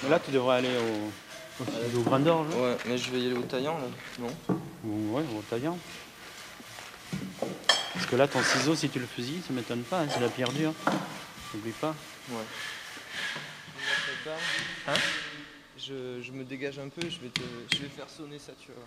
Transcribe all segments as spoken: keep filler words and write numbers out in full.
Là, tu devrais aller au, au, au grain d'orge. Ouais, mais je vais y aller au taillant, là, non? Ouais, au taillant. Parce que là, ton ciseau, si tu le fusilles, ça m'étonne pas, hein, c'est la pierre dure. N'oublie pas. Ouais. Hein? Je, je me dégage un peu, je vais, te, je vais faire sonner ça, tu vois.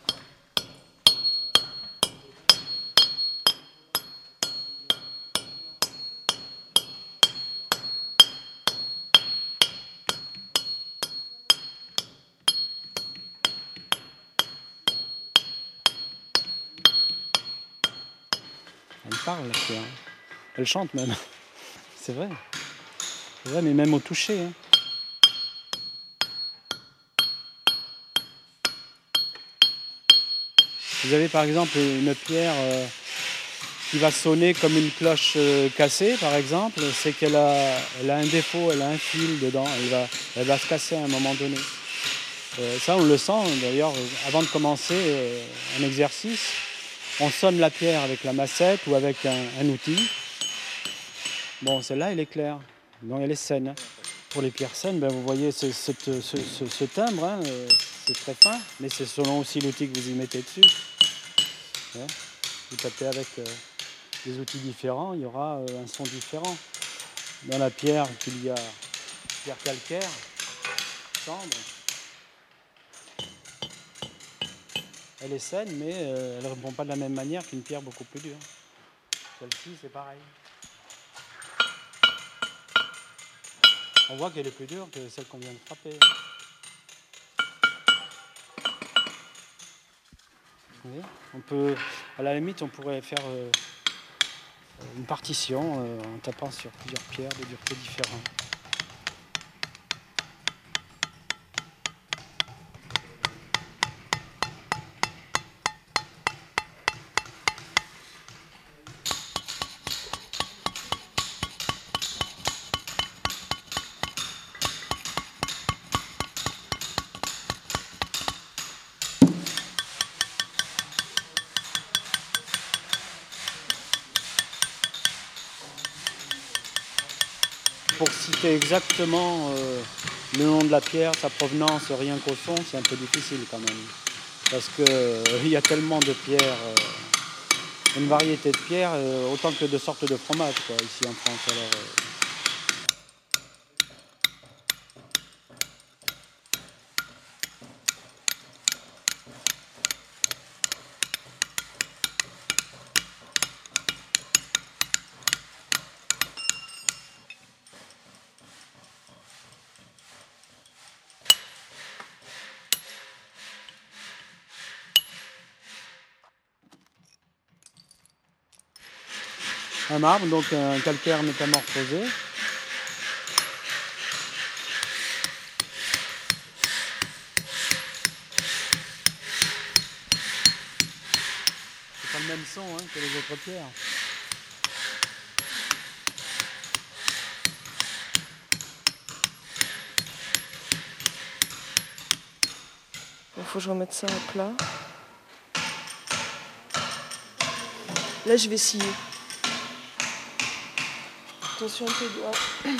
Elle parle, la pierre. Elle chante même. C'est vrai. C'est vrai, mais même au toucher. Hein. Vous avez par exemple une pierre euh, qui va sonner comme une cloche euh, cassée, par exemple, c'est qu'elle a, elle a un défaut, elle a un fil dedans, elle va, elle va se casser à un moment donné. Euh, ça, on le sent d'ailleurs, avant de commencer euh, un exercice, on sonne la pierre avec la massette ou avec un, un outil. Bon, celle-là, elle est claire, donc elle est saine. Pour les pierres saines, ben, vous voyez ce, ce, ce, ce, ce timbre, hein, euh, c'est très fin, mais c'est selon aussi l'outil que vous y mettez dessus. Ouais. Vous tapez avec euh, des outils différents, il y aura euh, un son différent. Dans la pierre qu'il y a pierre calcaire, cendre, elle est saine, mais euh, elle ne répond pas de la même manière qu'une pierre beaucoup plus dure. Celle-ci, c'est pareil. On voit qu'elle est plus dure que celle qu'on vient de frapper. Vous voyez ? On peut, à la limite, on pourrait faire euh, une partition euh, en tapant sur plusieurs pierres de dureté différentes. Pour citer exactement euh, le nom de la pierre, sa provenance, rien qu'au son, c'est un peu difficile quand même. Parce qu'il euh, y a tellement de pierres, euh, une variété de pierres, euh, autant que de sortes de fromages quoi, ici en France. Alors, euh, un marbre, donc un calcaire métamorphosé. C'est pas le même son hein, que les autres pierres. Il faut que je remette ça à plat. Là, je vais scier. Attention un peu doigt.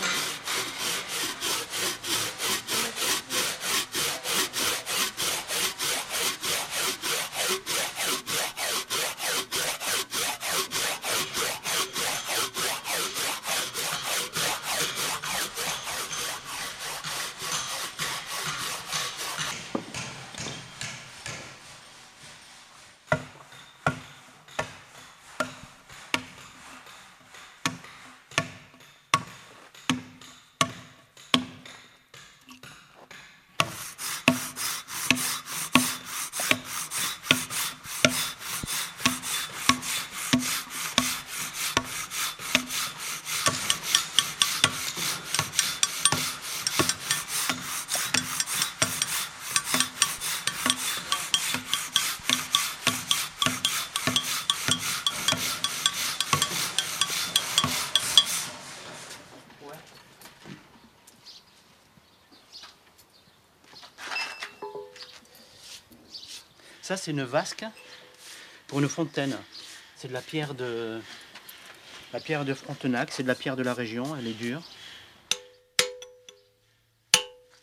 Ça, c'est une vasque pour une fontaine. C'est de la pierre de, la pierre de Frontenac, c'est de la pierre de la région, elle est dure.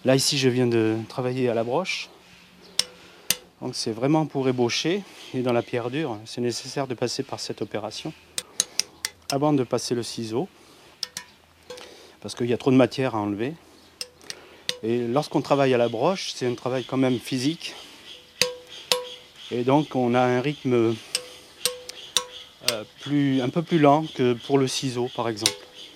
Là ici je viens de travailler à la broche. Donc c'est vraiment pour ébaucher. Et dans la pierre dure, c'est nécessaire de passer par cette opération avant de passer le ciseau. Parce qu'il y a trop de matière à enlever. Et lorsqu'on travaille à la broche, c'est un travail quand même physique. Et donc on a un rythme euh, plus, un peu plus lent que pour le ciseau par exemple.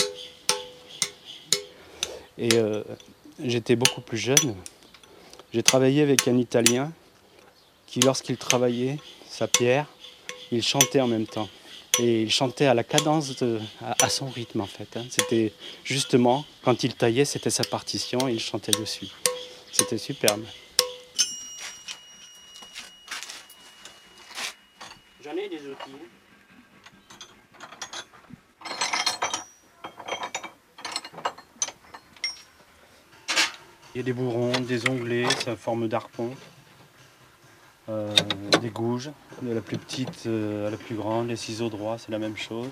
Et euh, j'étais beaucoup plus jeune. J'ai travaillé avec un Italien qui, lorsqu'il travaillait sa pierre, il chantait en même temps. Et il chantait à la cadence, de, à, à son rythme en fait. Hein. C'était justement, quand il taillait, c'était sa partition et il chantait dessus. C'était superbe. J'en ai des outils. Il y a des bourrons, des onglets, c'est en forme d'arpon. Euh, des gouges, de la plus petite euh, à la plus grande, les ciseaux droits, c'est la même chose.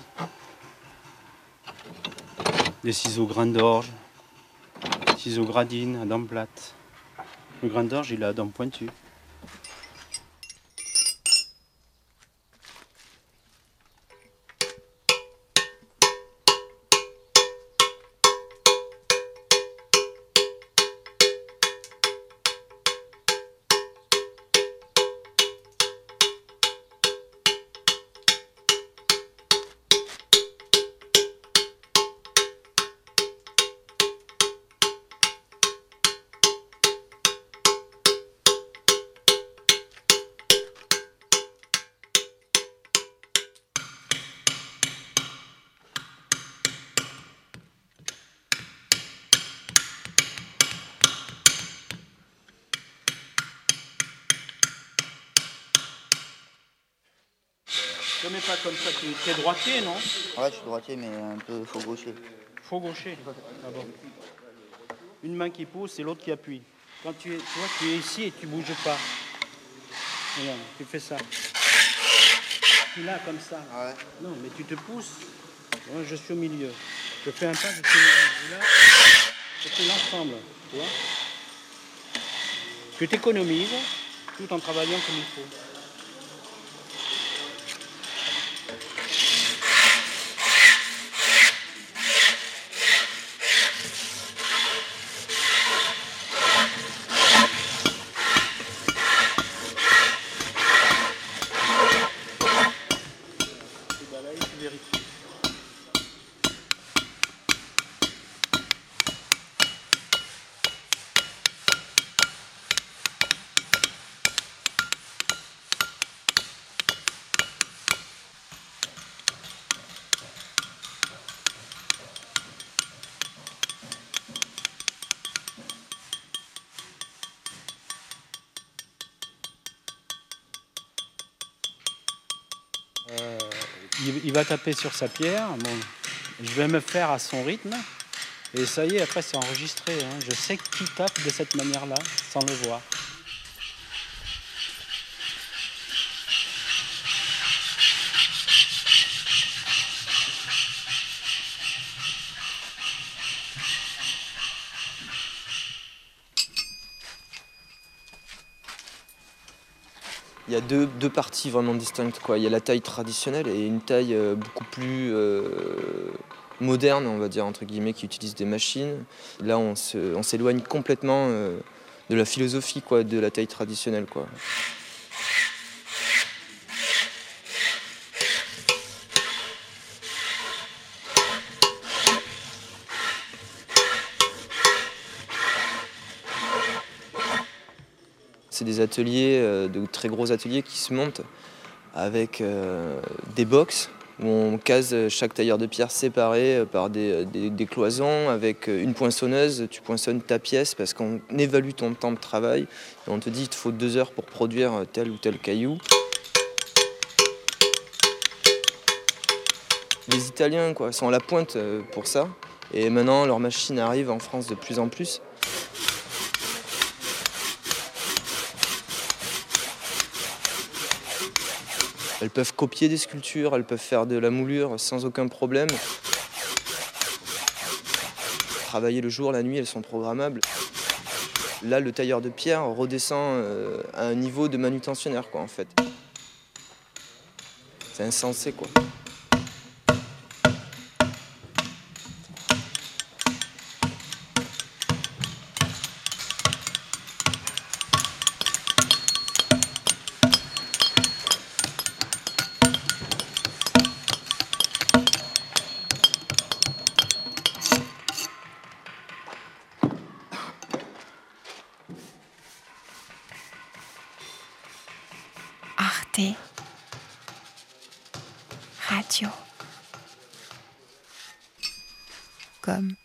Des ciseaux grain d'orge, ciseaux gradine à dents plates. Le grain d'orge, il a dents pointues. Ne mets pas comme ça, tu es droitier, non? Ouais, je suis droitier, mais un peu faux gaucher. Faux gaucher. Ah bon. Une main qui pousse et l'autre qui appuie. Quand tu es, tu vois, tu es ici et tu bouges pas. Regarde, tu fais ça. Tu là comme ça. Ouais. Non, mais tu te pousses. Moi, je suis au milieu. Je fais un pas, je suis au milieu. Là, je fais l'ensemble. Tu vois? Tu t'économises tout en travaillant comme il faut. Euh, il, il va taper sur sa pierre. Bon, je vais me faire à son rythme. Et ça y est, après c'est enregistré. Hein. Je sais qui tape de cette manière-là, sans le voir. Il y a deux, deux parties vraiment distinctes, quoi. Il y a la taille traditionnelle et une taille euh, beaucoup plus euh, moderne, on va dire, entre guillemets, qui utilise des machines. Là, on, se, on s'éloigne complètement euh, de la philosophie, quoi, de la taille traditionnelle, quoi. C'est des ateliers, euh, de très gros ateliers qui se montent avec euh, des box où on case chaque tailleur de pierre séparé par des, des, des cloisons avec une poinçonneuse. Tu poinçonnes ta pièce parce qu'on évalue ton temps de travail et on te dit qu'il te faut deux heures pour produire tel ou tel caillou. Les Italiens, quoi, sont à la pointe pour ça et maintenant leurs machines arrivent en France de plus en plus. Elles peuvent copier des sculptures, elles peuvent faire de la moulure sans aucun problème. Travailler le jour, la nuit, elles sont programmables. là, le tailleur de pierre redescend euh, à un niveau de manutentionnaire, quoi, en fait. C'est insensé, quoi. Arte Radio. Comme